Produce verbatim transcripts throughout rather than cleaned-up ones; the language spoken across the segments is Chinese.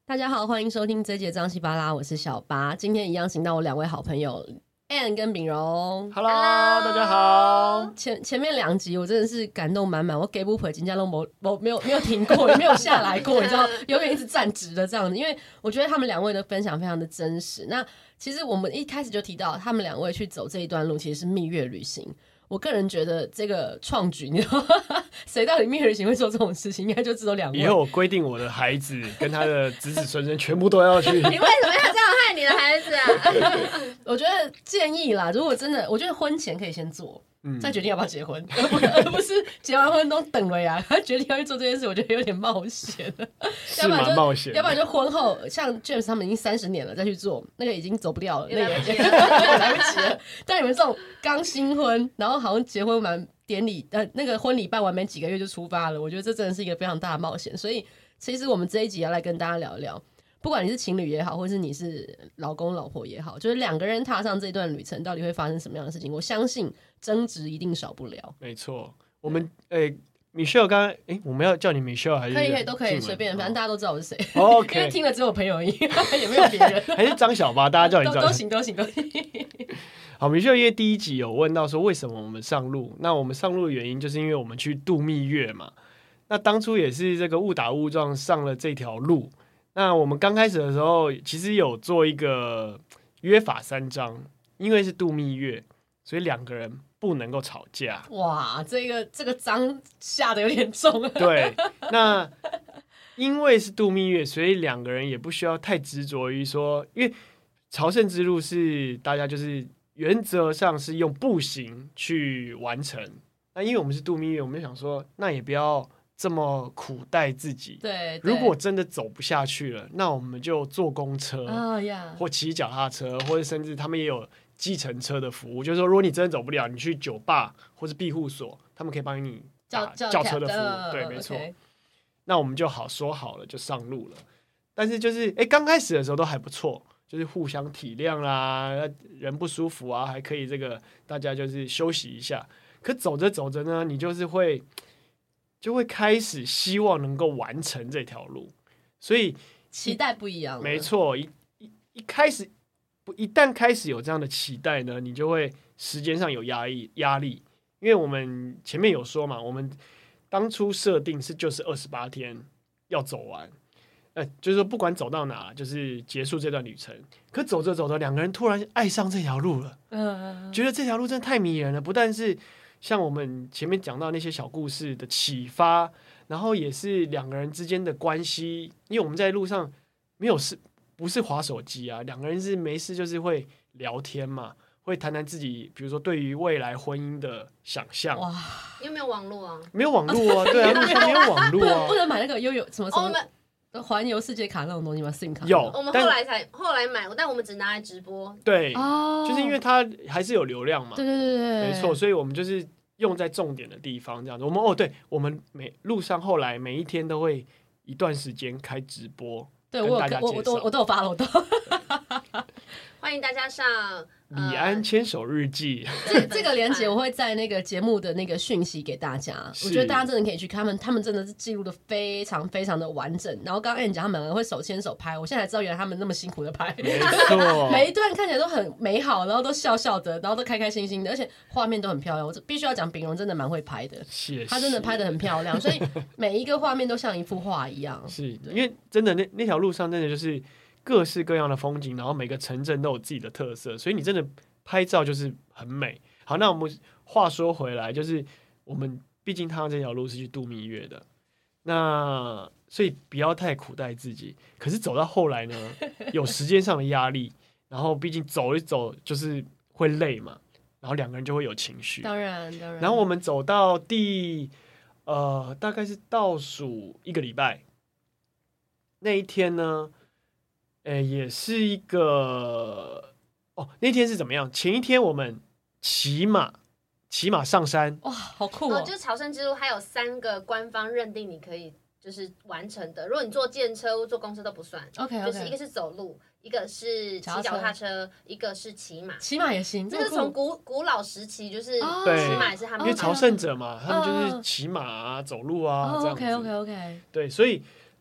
大家好，欢迎收听这一节张西巴拉，我是小八。今天一样请到我两位好朋友 Ann 跟秉荣。 Hello， 大家好。 前前面两集我真的是感动满满，我给不回金家都没没有没有停过，也没有下来过，你知道，永远一直站直的这样子。因为我觉得他们两位的分享非常的真实。那其实我们一开始就提到，他们两位去走这一段路其实是蜜月旅行。我个人觉得这个创举，你知道吗？谁到底蜜月旅行会做这种事情？应该就只有两位。 以后我规定我的孩子跟他的子子孙孙全部都要去。 你为什么要这样害你的孩子啊？ 我觉得建议啦，如果真的，我觉得婚前可以先做。 嗯、 再决定要不要结婚，而不而不是结完婚都等了呀。他决定要去做这件事，我觉得有点冒险了。 是蛮冒险， 要不然就婚后，像 James 他们已经三十年了再去做，那个已经走不掉了，那个也来不及了。但你们这种刚新婚，然后好像结婚完典礼，呃，那个婚礼办完没几个月就出发了，我觉得这真的是一个非常大的冒险。所以，其实我们这一集要来跟大家聊一聊。不管你是情侣也好，或是你是老公老婆也好，就是两个人踏上这段旅程，到底会发生什么样的事情？我相信争执一定少不了。 没错，我们诶、欸、，Michelle 刚刚诶，我们要叫你 Michelle 还是可以可以都可以随便，反正大家都知道我是谁。 OK， 因为听了只有朋友而已，也没有别人。 还是张小八，大家叫你张都行都行都行。 好 ，Michelle 因为第一集有问到说为什么我们上路，那我们上路的原因就是因为我们去度蜜月嘛。那当初也是这个误打误撞上了这条路。那我们刚开始的时候，其实有做一个约法三章，因为是度蜜月，所以两个人不能够吵架。 哇，这个这个章下的有点重了。 对，那因为是度蜜月，所以两个人也不需要太执着于说，因为朝圣之路是大家就是原则上是用步行去完成。那因为我们是度蜜月，我们就想说，那也不要这么苦待自己。 对， 如果真的走不下去了，那我们就坐公车， 哦呀， 或骑脚踏车，或者甚至他们也有计程车的服务，就是说，如果你真的走不了，你去酒吧或是庇护所，他们可以帮你叫叫车的服务。 呃、 对，没错。 okay. 那我们就好说好了，就上路了。但是就是，哎，刚开始的时候都还不错，就是互相体谅啦，人不舒服啊，还可以这个大家就是休息一下。可走着走着呢，你就是会。就会开始希望能够完成这条路，所以期待不一样了。 没错，一一一开始，一旦开始有这样的期待呢，你就会时间上有压力压力，因为我们前面有说嘛，我们当初設定是就是二十八天要走完，呃，就是说不管走到哪，就是结束这段旅程。可走着走着，两个人突然爱上这条路了，嗯，觉得这条路真的太迷人了，不但是。像我们前面讲到那些小故事的启发，然后也是两个人之间的关系，因为我们在路上没有事，不是滑手机啊，两个人是没事就是会聊天嘛，会谈谈自己，比如说对于未来婚姻的想象。 哇，有没有网络啊？ 没有网络啊，对啊，路上没有网络啊， 不能买那个悠游什么什么。 哦环游世界卡那种东西吗 ？SIM 卡有， 我们后来才后来买，但我们只拿来直播。 对， 哦， 就是因为它还是有流量嘛。 对对对对， 没错，所以我们就是用在重点的地方，这样子。我们哦，对，我们每路上后来每一天都会一段时间开直播， 对我有我我都我都有发了，我都欢迎大家上。 李安牵手日记， 这这个连结我会在那个节目的那个讯息给大家，我觉得大家真的可以去看，他们他们真的是记录的非常非常的完整。然后刚刚你讲他们两个会手牵手拍，我现在才知道原来他们那么辛苦的拍， 没错， 每一段看起来都很美好，然后都笑笑的，然后都开开心心的，而且画面都很漂亮。我必须要讲，秉荣真的蛮会拍的， 谢谢， 他真的拍的很漂亮，所以每一个画面都像一幅画一样。 是因为真的那那条路上真的就是各式各样的风景，然后每个城镇都有自己的特色，所以你真的。拍照就是很美。好，那我们话说回来，就是我们毕竟踏上这条路是去度蜜月的，那所以不要太苦待自己。可是走到后来呢，有时间上的压力，然后毕竟走一走就是会累嘛，然后两个人就会有情绪。 当然，当然。 然后我们走到第呃大概是倒数一个礼拜那一天呢，呃，也是一个。哦，那天是怎么样？前一天我们骑马，骑马上山， 哇，好酷哦！ 哦就是朝圣之路还有三个官方认定你可以就是完成的。如果你坐电车或坐公车都不算 ，OK， 就是一个是走路，一个是骑脚踏车，一个是骑马。 骑马也行， 这是从古古老时期，就是骑马也是他们因为朝圣者嘛，他们就是骑马啊、走路啊、 哦、 这样子。 OK OK OK， 对，所以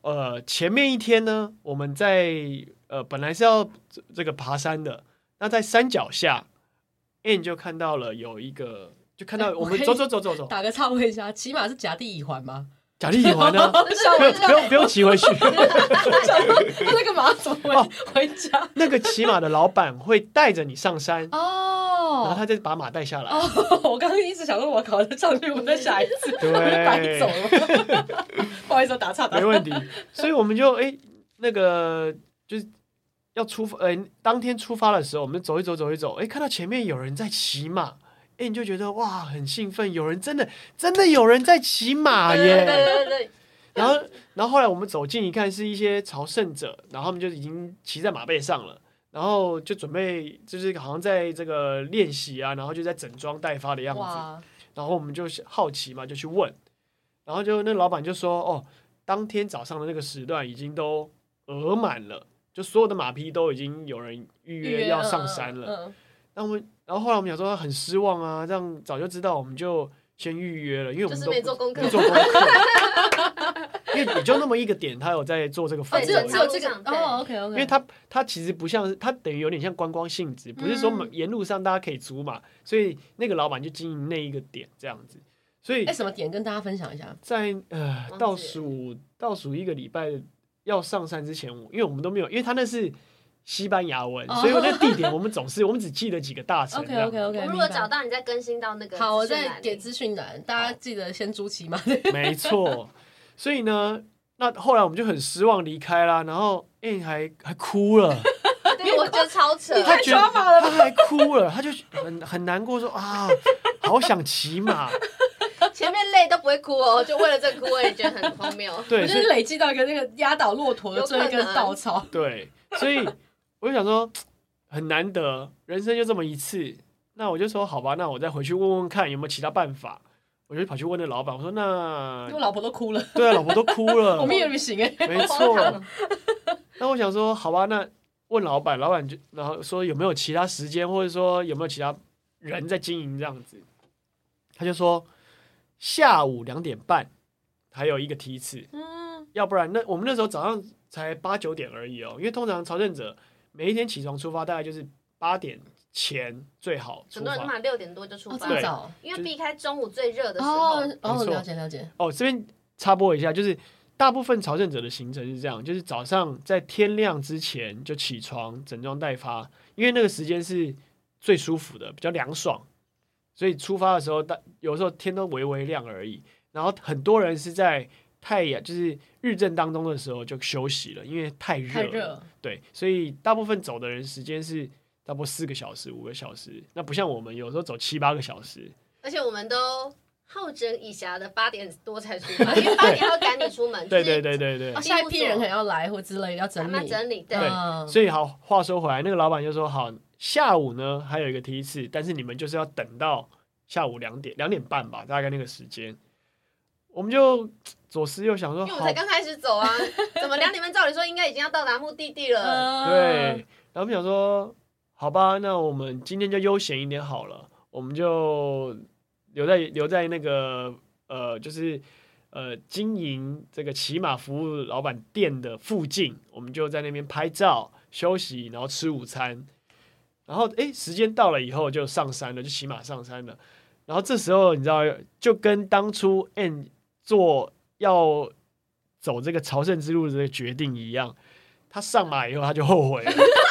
呃前面一天呢，我们在呃本来是要这个爬山的，那在山脚下 ，Ann 就看到了有一个，就看到我们走走走走走， 打个岔问一下，骑马是甲地乙环吗？ 甲地乙环呢？不用不用不用骑回去。 那个马怎么回、哦、回家？ 那个骑马的老板会带着你上山哦， 然后他再把马带下来。 哦，我刚刚一直想说，我考得上去，我再下一次， 对， 我就白走了。不好意思，打岔打岔。 没问题。所以我们就哎、欸，那个就是要出发，呃、欸，当天出发的时候，我们走一走走一走，哎、欸，看到前面有人在骑马。哎、欸，你就觉得哇，很兴奋，有人真的真的有人在骑马耶！ 对对对对。 然后，然后后来我们走近一看，是一些朝圣者，然后他们就已经骑在马背上了，然后就准备就是好像在这个练习啊，然后就在整装待发的样子。然后我们就好奇嘛，就去问，然后就那老板就说：“哦，当天早上的那个时段已经都额满了，就所有的马匹都已经有人预约要上山了。嗯”嗯那我们，然后后来我们想说很失望啊，这样早就知道，我们就先预约了，因为我们都就是没做功课， 没做功课，因为你就那么一个点，他有在做这个服务， 只有只有这个哦 ，OK OK， 因为他他其实不像是，他等于有点像观光性质，不是说沿路上大家可以租嘛，所以那个老板就经营那一个点这样子，所以哎，什么点跟大家分享一下？ 在呃倒数倒数一个礼拜要上山之前，因为我们都没有，因为他那是。西班牙文，所以那个地点我们总是我们只记得几个大城。 OK OK OK。 我们如果找到，你再更新到那个。 好，我再给资讯栏，大家记得先租骑马。 没错，所以呢，那后来我们就很失望离开啦，然后 Ann 还还哭了。 对，我觉得超扯。 你太抓马了， 他还哭了，他就很很难过说啊，好想骑马。 前面累都不会哭哦，就为了这哭，我也觉得很荒谬。 对， 我就是累积到一个那个压倒骆驼的最后一根稻草。 对，所以。我就想说，很难得，人生就这么一次，那我就说好吧，那我再回去问问看有没有其他办法。我就跑去问那老板，我说那我老婆都哭了， 对啊，老婆都哭了， 我们也不行哎、 欸，没错。那我想说好吧，那问老板，老板就然后说有没有其他时间，或者说有没有其他人在经营这样子，他就说下午两点半还有一个梯次，嗯，要不然那我们那时候早上才八九点而已哦，因为通常朝圣者。每一天起床出发，大概就是八点前最好出发。 很多人嘛六点多就出发， 哦、这么早， 因为避开中午最热的时候。 哦，哦了解了解。 哦，这边插播一下，就是大部分朝圣者的行程是这样，就是早上在天亮之前就起床，整装待发，因为那个时间是最舒服的，比较凉爽，所以出发的时候，有时候天都微微亮而已。然后很多人是在太阳就是日正当中的时候就休息了，因为太热了，太热，对，所以大部分走的人时间是差不多四个小时、五个小时，那不像我们有时候走七八个小时， 而且我们都好整以暇的八点多才出发，因为八点要赶你出门， 对对对对对， 哦，下一批人可能要来或之类要整理整理，对， 对嗯、所以好，话说回来，那个老板就说好，下午呢还有一个梯次，但是你们就是要等到下午两点两点半吧，大概那个时间。我们就左思右想说， 因为我们才刚开始走啊，怎么两点半？照理说应该已经要到达目的地了。 对，然后我们想说，好吧，那我们今天就悠闲一点好了，我们就留在留在那个呃，就是呃经营这个骑马服务老板店的附近，我们就在那边拍照、休息，然后吃午餐。然后哎，时间到了以后就上山了，就骑马上山了。然后这时候你知道，就跟当初 Ann 做要走这个朝圣之路的决定一样，他上马以后他就后悔了，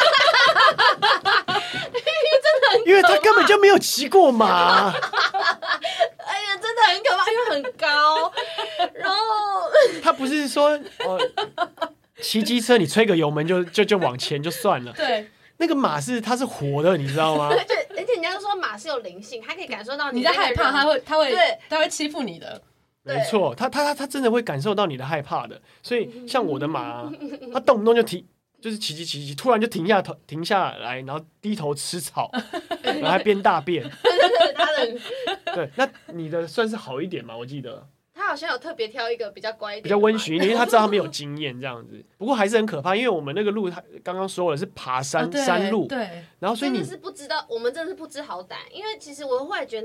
因为他根本就没有骑过马。 哎呀，真的很可怕，因为很高。然后他不是说哦，骑机车你吹个油门就就就往前就算了， 对， 那个马是它是活的，你知道吗？ 而且而且人家说马是有灵性，它可以感受到你在害怕，它会它会对它会欺负你的。 没错，他他他真的会感受到你的害怕的，所以像我的马、啊，他动不动就停，就是骑骑骑骑，突然就停下头停下来，然后低头吃草，然后还边大便。 对对对，他的对，那你的算是好一点嘛？我记得他好像有特别挑一个比较乖一点、 比较温驯一点，因为他知道他没有经验这样子。不过还是很可怕，因为我们那个路，他刚刚说了是爬山、 哦、 山路， 对， 然后所以你真的是不知道，我们真的是不知好歹。因为其实我后来觉得那个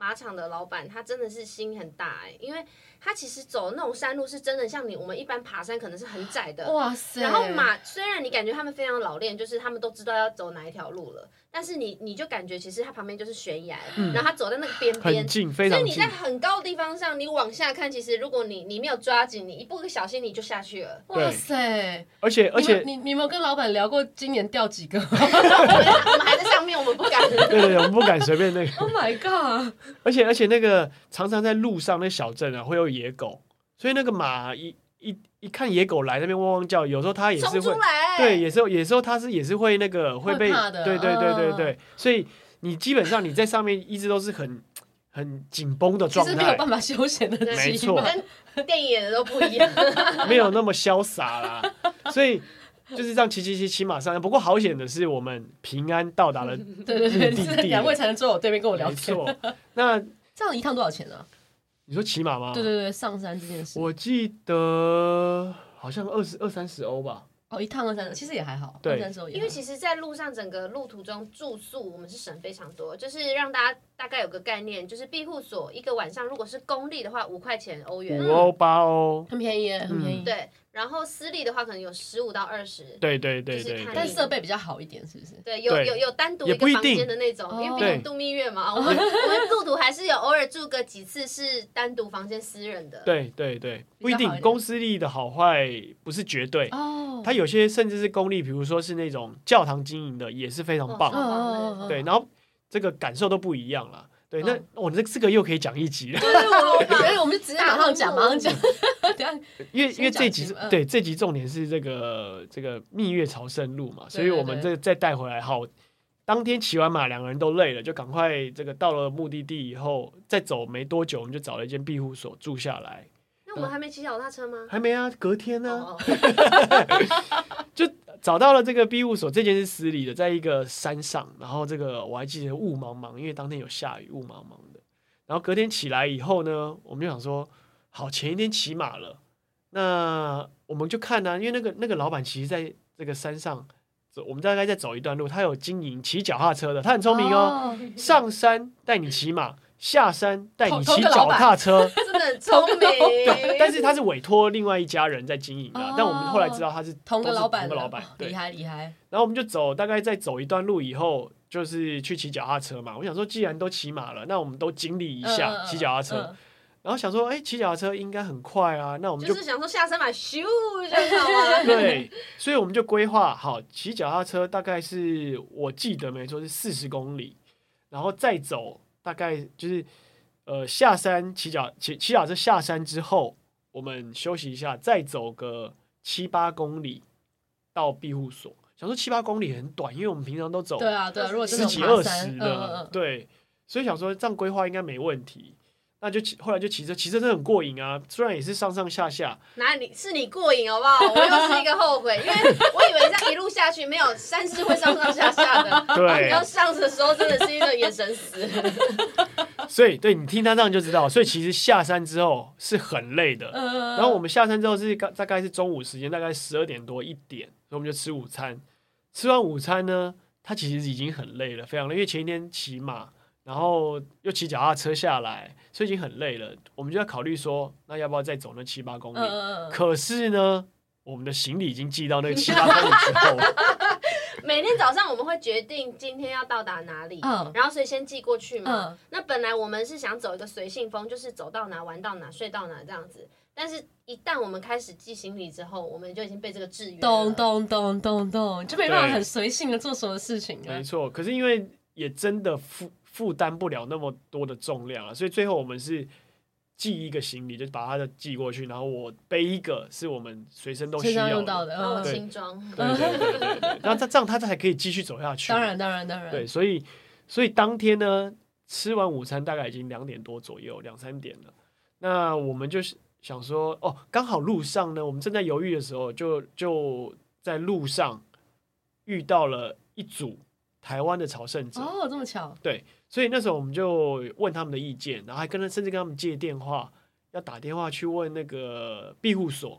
马场的老板他真的是心很大哎、欸，因为他其实走那种山路是真的像你我们一般爬山可能是很窄的， 哇塞！ 然后马虽然你感觉他们非常老练，就是他们都知道要走哪一条路了，但是你你就感觉其实他旁边就是悬崖，嗯、然后他走在那个边边， 很近，非常近。 所以你在很高的地方上，你往下看，其实如果你你没有抓紧，你一不小心你就下去了。 哇塞！ 而且而且你你有没有跟老板聊过今年掉几个？ 我们还在上面，我们不敢。 对对对，我们不敢随便那个。 Oh my god！ 而且而且那个常常在路上那小镇啊会有野狗，所以那个马一一一看野狗来那边汪汪叫，有时候它也是会，对，有时候有时候它是也是会那个会被， 会怕的对对对对对，所以你基本上你在上面一直都是很很紧绷的状态， 其实没有办法休闲的， 没错， 跟电影演的都不一样， 没有那么潇洒啦，所以。就是这样骑骑骑骑马上，不过好险的是我们平安到达了目的地， 对对对，两位才能坐我对面跟我聊天。 没错，那这样一趟多少钱啊？ 你说骑马吗？ 对对对，上山这件事， 我记得好像二十二三十欧吧。 哦，一趟二三十，其实也还好， 对， 二三十欧也还好。 因为其实，在路上整个路途中住宿，我们是省非常多。就是让大家大概有个概念，就是庇护所一个晚上，如果是公立的话，五块钱欧元， 五欧八欧， 很便宜耶，很便宜。 嗯、对。然后私立的话，可能有十五到二十。 对对对对， 但设备比较好一点，是不是？ 对，有有有单独一个房间的那种，因为毕竟度蜜月嘛，我们我们路途还是有偶尔住个几次是单独房间私人的。 对对对，不一定，公私立的好坏不是绝对哦。 它有些甚至是公立，比如说是那种教堂经营的，也是非常棒。 哦、 对，然后这个感受都不一样啦。对，那我这这个又可以讲一集了。 对对，我我们就直接马上讲，马上讲。 因为因为这集对这集重点是这个这个蜜月朝圣路嘛，所以我们这再带回来。好，当天骑完马，两个人都累了，就赶快这个到了目的地以后，再走没多久，我们就找了一间庇护所住下来。 那我们还没骑脚踏车吗？ 还没啊，隔天呢、啊，就找到了这个庇护所。这间是私立的，在一个山上，然后这个我还记得雾茫茫，因为当天有下雨，雾茫茫的。然后隔天起来以后呢，我们就想说，好，前一天骑马了，那我们就看啊，因为那个那个老板其实在这个山上，我们大概再走一段路，他有经营骑脚踏车的，他很聪明哦，哦上山带你骑马。下山带你骑脚踏车， 真的很聪明。 对，但是他是委托另外一家人在经营的，哦、但我们后来知道他是同个老板， 同个老板， 厉害厉害。 然后我们就走，大概再走一段路以后，就是去骑脚踏车嘛。我想说，既然都骑马了，那我们都经历一下骑脚踏车。嗯嗯嗯然后想说，哎、欸，骑脚踏车应该很快啊，那我们就就是想说下山买咻就好了。 对，所以我们就规划好骑脚踏车，大概是我记得没错是四十公里，然后再走。大概就是呃下山骑脚骑骑脚车下山之后，我们休息一下，再走个七八公里到庇护所。想说七八公里很短，因为我们平常都走对啊对啊，如果十几二十的，嗯嗯对，所以想说这样规划应该没问题。那就骑，后来就骑车，骑车真的很过瘾啊！虽然也是上上下下， 哪里是你过瘾好不好？我又是一个后悔，因为我以为这样一路下去没有山是会上上下下的， 对， 你要上的时候真的是一个眼神死。 所以，对你听他这样就知道，所以其实下山之后是很累的。嗯、然后我们下山之后是大概是中午时间，大概十二点多一点，所以我们就吃午餐。吃完午餐呢，他其实已经很累了，非常累，因为前一天骑马。然后又骑脚踏车下来，所以已经很累了。我们就要考虑说，那要不要再走那七八公里？嗯、可是呢，我们的行李已经寄到那七八公里之后。 每天早上我们会决定今天要到达哪里，嗯、然后所以先寄过去嘛。嗯、那本来我们是想走一个随性风，就是走到哪玩到哪睡到哪这样子。但是，一旦我们开始寄行李之后，我们就已经被这个制约了。 咚咚咚咚咚，就没办法很随性的做所有事情了。 没错，可是因为也真的负负担不了那么多的重量啊，所以最后我们是寄一个行李，就把它的寄过去，然后我背一个是我们随身都需要用到的， 然后轻装， 对对对对对，然后这样他才可以继续走下去。 当然当然当然， 对，所以所以当天呢，吃完午餐大概已经两点多左右，两三点了。那我们就是想说，哦，刚好路上呢，我们正在犹豫的时候，就就在路上遇到了一组台湾的朝圣者。 哦，这么巧。 对，所以那时候我们就问他们的意见，然后还跟他甚至跟他们借电话，要打电话去问那个庇护所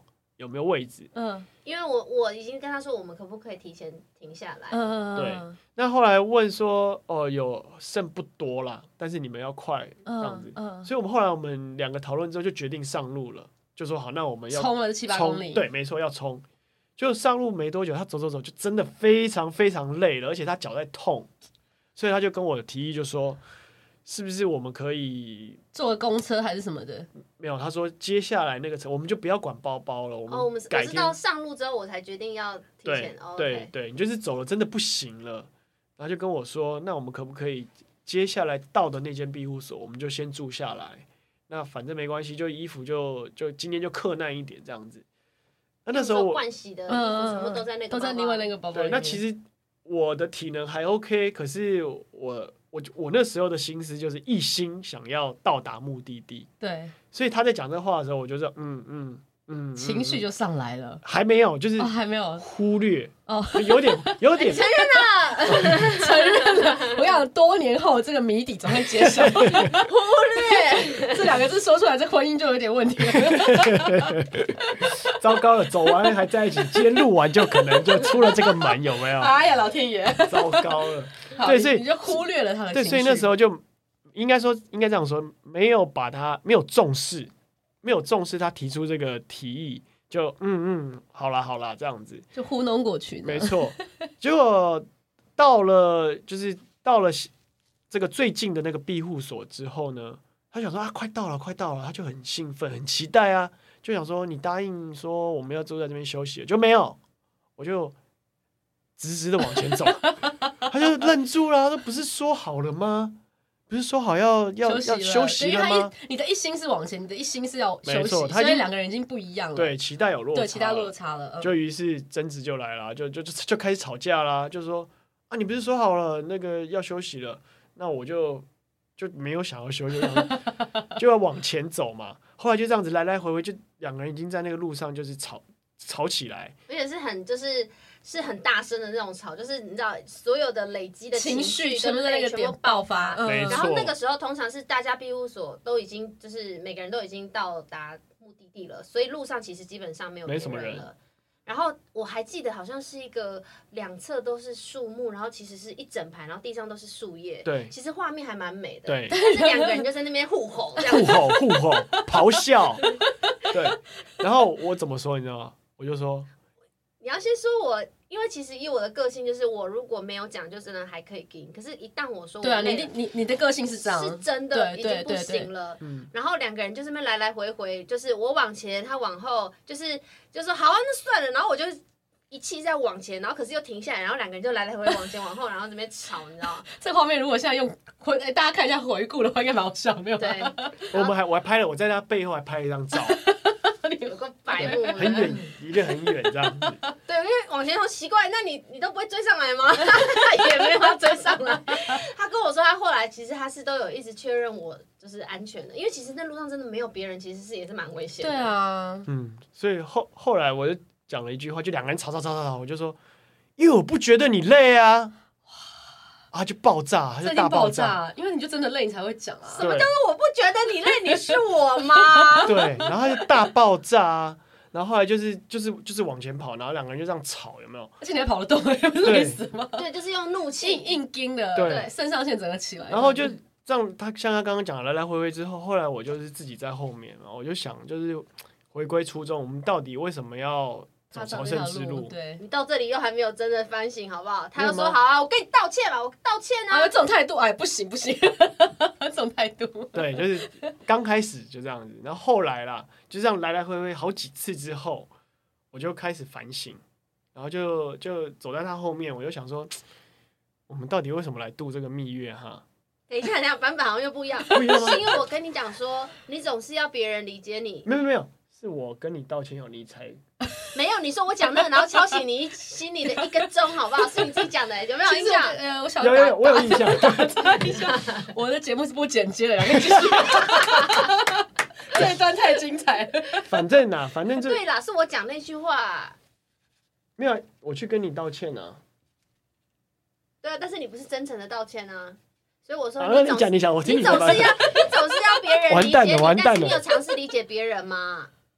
有没有位置。 嗯，因为我我已经跟他说，我们可不可以提前停下来？ 嗯， 对。那后来问说，哦，有剩不多啦，但是你们要快这样子。嗯嗯、所以我们后来我们两个讨论之后就决定上路了，就说好，那我们要冲了七八公里。 对，没错，要冲。就上路没多久，他走走走就真的非常非常累了，而且他脚在痛，所以他就跟我提议就说，是不是我们可以坐个公车还是什么的？ 没有，他说接下来那个车我们就不要管包包了，我们哦，我们我是到上路之后我才决定要提前。 对、哦、对、okay、对，你就是走了真的不行了，然后就跟我说，那我们可不可以接下来到的那间庇护所，我们就先住下来，那反正没关系，就衣服就就今天就克难一点这样子。那那时候我盥洗的衣服全部都在那个都在另外那个包包里面。 对，那其实我的体能还 OK， 可是我我我那时候的心思就是一心想要到达目的地。 对， 所以他在讲这话的时候，我就说嗯嗯嗯， 情绪就上来了。 还没有，就是还没有忽略哦，有点有点承认了，承认了。我想多年后这个谜底总会揭晓。忽略这两个字说出来，这婚姻就有点问题了。 糟糕了，走完还在一起，今天录完就可能就出了这个门，有没有？ 哎呀，老天爷！ 糟糕了。对，所以你就忽略了他的情绪。 对，所以那时候就应该说，应该这样说，没有把他没有重视，没有重视他提出这个提议，就嗯嗯，好啦好啦，这样子就糊弄过去。 没错，结果到了就是到了这个最近的那个庇护所之后呢，他想说啊，快到了，快到了，他就很兴奋，很期待啊，就想说你答应说我们要住在这边休息了，就没有，我就直直的往前走。他就愣住了，他说：“不是说好了吗？不是说好要要要休息了吗？” 你的一心是往前，你的一心是要休息，所以两个人已经不一样了。 对，期待有落差， 对，期待落差了。 就于是争执就来了，就就就就开始吵架啦，就说啊，你不是说好了那个要休息了，那我就就没有想要休息，就要往前走嘛。后来就这样子来来回回，就两个人已经在那个路上就是吵吵起来， 而且是很就是。是很大声的那种吵，就是你知道所有的累积的情绪全部在那个点爆发， 嗯、 然后那个时候通常是大家庇护所都已经就是每个人都已经到达目的地了，所以路上其实基本上没有别人了。 没什么人。 然后我还记得好像是一个两侧都是树木，然后其实是一整排，然后地上都是树叶。 对， 其实画面还蛮美的。 对， 但是两个人就在那边互吼，这样互吼互吼咆哮。对，然后我怎么说你知道吗？我就说， 你要先说我。因为其实以我的个性，就是我如果没有讲，就真的还可以给。可是，一旦我说我对啊，你你你的个性是这样， 是真的已经不行了。嗯，然后两个人就这边来来回回，就是我往前，他往后，就是就说好啊，那算了。然后我就一气再往前，然后可是又停下来，然后两个人就来来回回往前往后，然后这边吵，你知道吗？ 这画面如果现在用回大家看一下回顾的话，应该蛮好笑，没有？ 对， 我们还我还拍了，我在他背后还拍了一张照。 有个白目， 很远，离得很远这样子。 对，因为往前头奇怪，那你你都不会追上来吗？他也没有要追上来。他跟我说，他后来其实他是都有一直确认我就是安全的，因为其实那路上真的没有别人，其实是也是蛮危险的。 对啊， 嗯，所以后后来我就讲了一句话，就两个人吵吵吵吵吵，我就说，因为我不觉得你累啊。啊！就爆炸，他就大爆炸， 因为你就真的累，你才会讲啊。 什么叫做我不觉得你累？你是我吗？ 对，然后他就大爆炸啊，然后后来就是就是就是往前跑，然后两个人就这样吵，有没有？ 而且你还跑得动，不是累死吗？ 对，就是用怒气硬硬盯的， 对， 肾上腺整个起来。 然后就这样，他像他刚刚讲的来来回回之后，后来我就是自己在后面，然后我就想，就是回归初衷，我们到底为什么要？走朝圣之路， 对， 你到这里又还没有真的反省，好不好？他就说好啊，我跟你道歉吧，我道歉啊。 啊，这种态度，哎，不行不行，这种态度。 对，就是刚开始就这样子，然后后来啦，就这样来来回回好几次之后，我就开始反省，然后就就走在他后面，我就想说，我们到底为什么来度这个蜜月哈？ 等一下，等一下，版本好像又不一样，不一样吗？是因为我跟你讲说，你总是要别人理解你。 没有没有，是我跟你道歉后，你才。 没有，你说我讲那个，然后敲醒你心里的一个钟，好不好？是你自己讲的，有没有印象？ 呃，我想有有有，我有印象。 我的节目是不剪接的，两个继续。这一段太精彩了。 反正呐、啊，反正就对啦，是我讲那句话。 没有，我去跟你道歉啊。 对啊，但是你不是真诚的道歉啊，所以我说你总是、啊、你讲，我听你总是要你总是要别人理解你， 完蛋了，完蛋了。 但是你有尝试理解别人吗？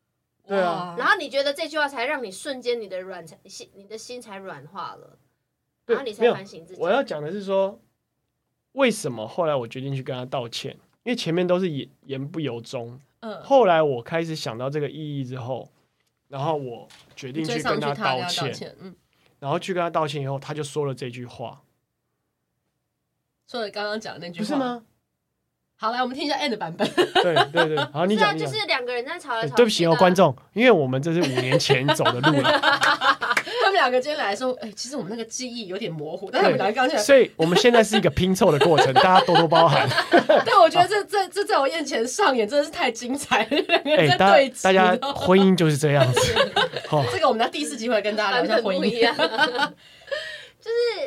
对啊， 然后你觉得这句话才让你瞬间你的软心，你的心才软化了，然后你才反省自己。 我要讲的是说，为什么后来我决定去跟他道歉？因为前面都是言言不由衷，嗯，后来我开始想到这个意义之后，然后我决定去跟他道歉， 歉嗯， 然后去跟他道歉以后，他就说了这句话， 说了刚刚讲的那句话， 不是吗？ 好，来我们听一下 Ann 的版本。 对对对，好，你讲。 是啊，就是两个人在吵来吵去。 对不起哦，观众，因为我们这是五年前走的路了。 他们两个今天来说，哎、欸，其实我们那个记忆有点模糊，但是我们两个刚才， 所以我们现在是一个拼凑的过程，大家多多包涵。 但我觉得这这这在我眼前上演真的是太精彩了，两个人在对峙、 欸、大家婚姻就是这样子。 这个我们在第四集会跟大家聊一下婚姻。 就是。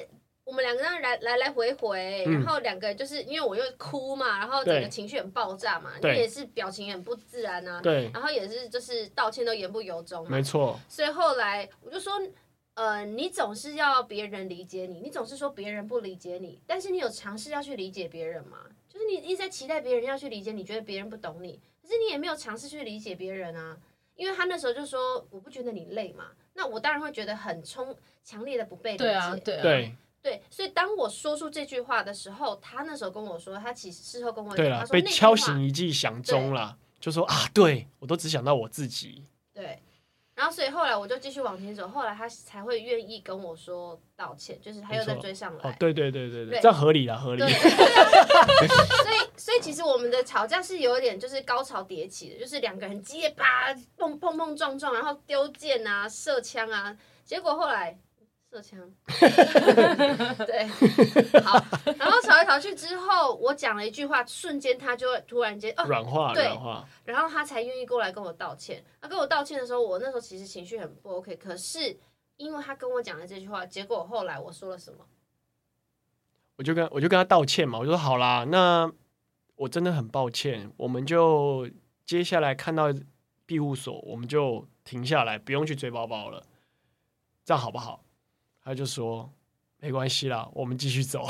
我们两个人来来来回回，嗯、然后两个人就是因为我又哭嘛，然后整个情绪很爆炸嘛，你也是表情很不自然啊， 对， 然后也是就是道歉都言不由衷嘛， 没错。 所以后来我就说，呃，你总是要别人理解你，你总是说别人不理解你，但是你有尝试要去理解别人吗？就是你一直在期待别人要去理解你，觉得别人不懂你，可是你也没有尝试去理解别人啊。因为他那时候就说，我不觉得你累嘛，那我当然会觉得很冲强烈的不被理解， 对啊，对啊， 对。 对，所以当我说出这句话的时候，他那时候跟我说，他其实事后跟我讲， 对啦， 他说被敲醒一记响钟啦，就说啊，对我都只想到我自己。 对，然后所以后来我就继续往前走，后来他才会愿意跟我说道歉，就是他又再追上来。 哦，对对对对对，这样合理啦，合理。 对所以所以其实我们的吵架是有点就是高潮迭起的，就是两个人激烈吧，碰碰碰撞撞，然后丢剑啊、射枪啊，结果后来。射枪，对，好，然后吵来吵去之后，我讲了一句话，瞬间他就会突然间哦软化，软化， 然后他才愿意过来跟我道歉。他跟我道歉的时候，我那时候其实情绪很不 OK， 可是因为他跟我讲了这句话，结果后来我说了什么， 我就跟我就跟他道歉嘛，我就说好啦，那我真的很抱歉，我们就接下来看到庇护所，我们就停下来，不用去追包包了，这样好不好？他就说没关系啦，我们继续走。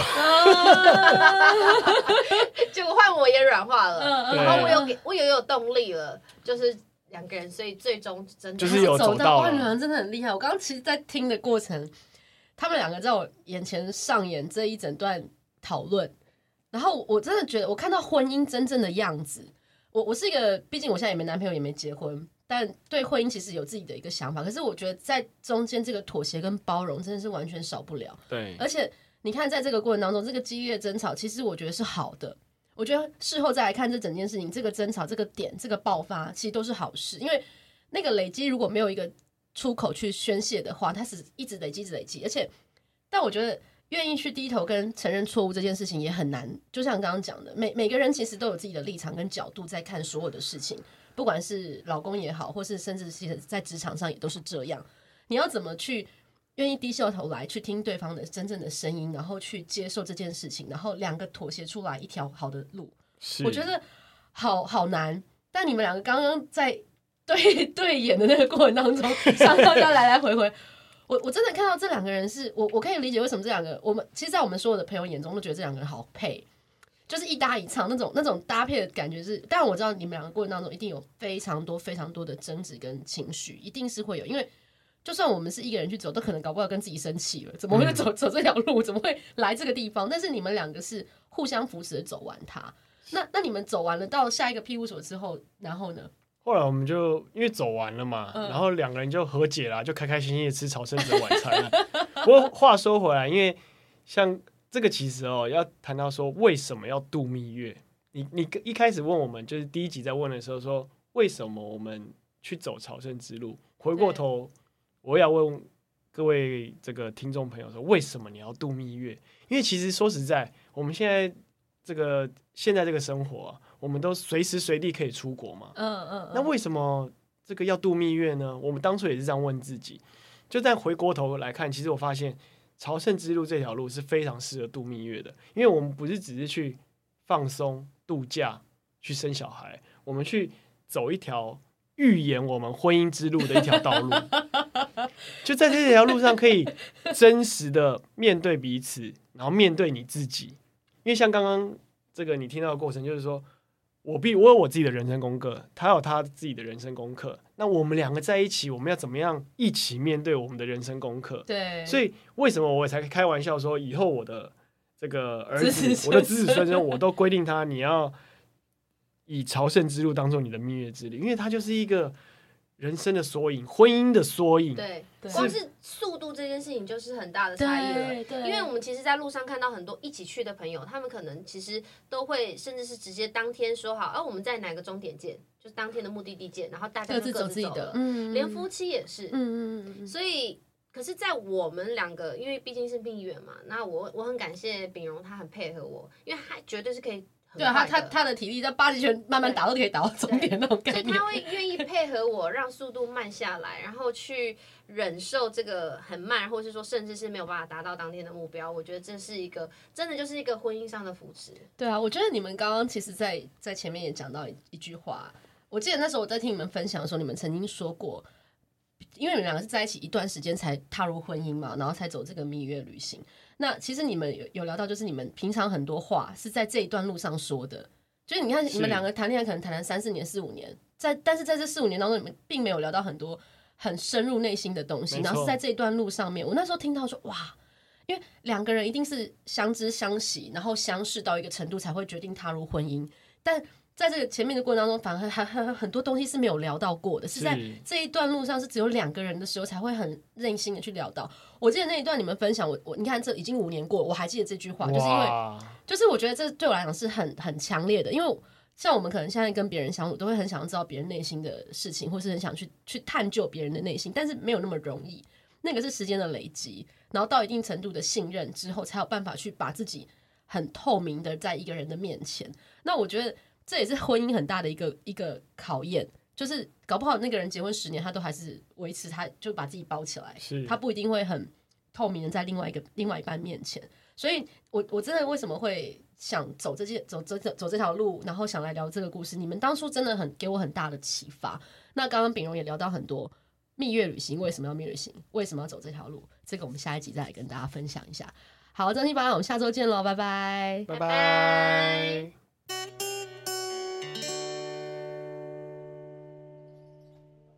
结果换我也软化了，然后我有给我也有动力了，就是两个人，所以最终真的就是有走到了。 哇，你们真的很厉害！我刚刚其实，在听的过程，他们两个在我眼前上演这一整段讨论，然后我真的觉得，我看到婚姻真正的样子。我我是一个，毕竟我现在也没男朋友，也没结婚。但对婚姻其实有自己的一个想法，可是我觉得在中间这个妥协跟包容真的是完全少不了。 对， 而且你看在这个过程当中，这个激烈争吵，其实我觉得是好的。我觉得事后再来看这整件事情，这个争吵、这个点、这个爆发，其实都是好事。因为那个累积如果没有一个出口去宣泄的话，它是一直累积、一直累积。而且，但我觉得愿意去低头跟承认错误这件事情也很难。就像刚刚讲的，每每个人其实都有自己的立场跟角度在看所有的事情。不管是老公也好，或是甚至是在职场上也都是这样。你要怎么去愿意低下头来去听对方的真正的声音，然后去接受这件事情，然后两个妥协出来一条好的路，我觉得好好难。但你们两个刚刚在对对演的那个过程当中，上上下来来回回，我我真的看到这两个人是我我可以理解为什么这两个我们其实，在我们所有的朋友眼中都觉得这两个人好配。就是一搭一唱那种那种搭配的感觉是，当然我知道你们两个过程当中一定有非常多非常多的争执跟情绪，一定是会有，因为就算我们是一个人去走，都可能搞不好跟自己生气了，怎么会走、嗯、走这条路，怎么会来这个地方？但是你们两个是互相扶持的走完它。那那你们走完了到下一个庇护所之后，然后呢？ 后来我们就因为走完了嘛，嗯、然后两个人就和解了，就开开心心的吃朝圣者晚餐了。不过话说回来，因为像。这个其实哦，要谈到说为什么要度蜜月？你你一开始问我们，就是第一集在问的时候说，为什么我们去走朝圣之路？回过头，我要问各位这个听众朋友说，为什么你要度蜜月？因为其实说实在，我们现在这个现在这个生活、啊，我们都随时随地可以出国嘛。嗯嗯嗯。那为什么这个要度蜜月呢？我们当初也是这样问自己。就在回过头来看，其实我发现。朝圣之路这条路是非常适合度蜜月的，因为我们不是只是去放松度假、去生小孩，我们去走一条预言我们婚姻之路的一条道路。就在这条路上，可以真实的面对彼此，然后面对你自己。因为像刚刚这个你听到的过程，就是说我必我有我自己的人生功课，他有他自己的人生功课。那我们两个在一起，我们要怎么样一起面对我们的人生功课？ 对， 所以为什么我才开玩笑说，以后我的这个儿子，我的子子孙孙，我都规定他，你要以朝圣之路当做你的蜜月之旅，因为它就是一个人生的缩影，婚姻的缩影。 对，光是速度这件事情就是很大的差异了。因为我们其实，在路上看到很多一起去的朋友，他们可能其实都会，甚至是直接当天说好，啊，我们在哪个终点见，就是当天的目的地见，然后大家就各自走自己的。嗯，连夫妻也是。嗯嗯嗯。所以，可是，在我们两个，因为毕竟是蜜月嘛，那我我很感谢秉荣，他很配合我，因为他绝对是可以。 对啊，他他他的体力在八极拳慢慢打都可以打到终点那种概念， 所以他会愿意配合我，让速度慢下来，然后去忍受这个很慢，或是说甚至是没有办法达到当天的目标。我觉得这是一个真的就是一个婚姻上的扶持。 对啊，我觉得你们刚刚其实在在前面也讲到 一, 一句话，我记得那时候我在听你们分享的时候，你们曾经说过，因为你们两个是在一起一段时间才踏入婚姻嘛，然后才走这个蜜月旅行。那其实你们 有, 有聊到，就是你们平常很多话是在这一段路上说的，就是你看你们两个谈恋爱可能谈了三四年、四五年，在但是在这四五年当中，你们并没有聊到很多很深入内心的东西，然后是在这一段路上面，我那时候听到说哇，因为两个人一定是相知相惜，然后相识到一个程度才会决定踏入婚姻，但在这个前面的过程当中，反而还还很多东西是没有聊到过的，是在这一段路上是只有两个人的时候才会很任性的去聊到。我记得那一段你们分享，我我你看这已经五年过了，我还记得这句话，就是因为就是我觉得这对我来讲是很很强烈的，因为像我们可能现在跟别人相处，都会很想知道别人内心的事情，或是很想去去探究别人的内心，但是没有那么容易。那个是时间的累积，然后到一定程度的信任之后，才有办法去把自己很透明的在一个人的面前。那我觉得这也是婚姻很大的一个一个考验，就是搞不好那个人结婚十年，他都还是维持，他就把自己包起来，他不一定会很透明的在另外一个另外一半面前。所以我我真的为什么会想走这件走这走这条路，然后想来聊这个故事，你们当初真的很给我很大的启发。那刚刚秉荣也聊到很多蜜月旅行为什么要蜜月旅行，为什么要走这条路，这个我们下一集再来跟大家分享一下。好，真心吧，我们下周见喽，拜拜， 拜拜。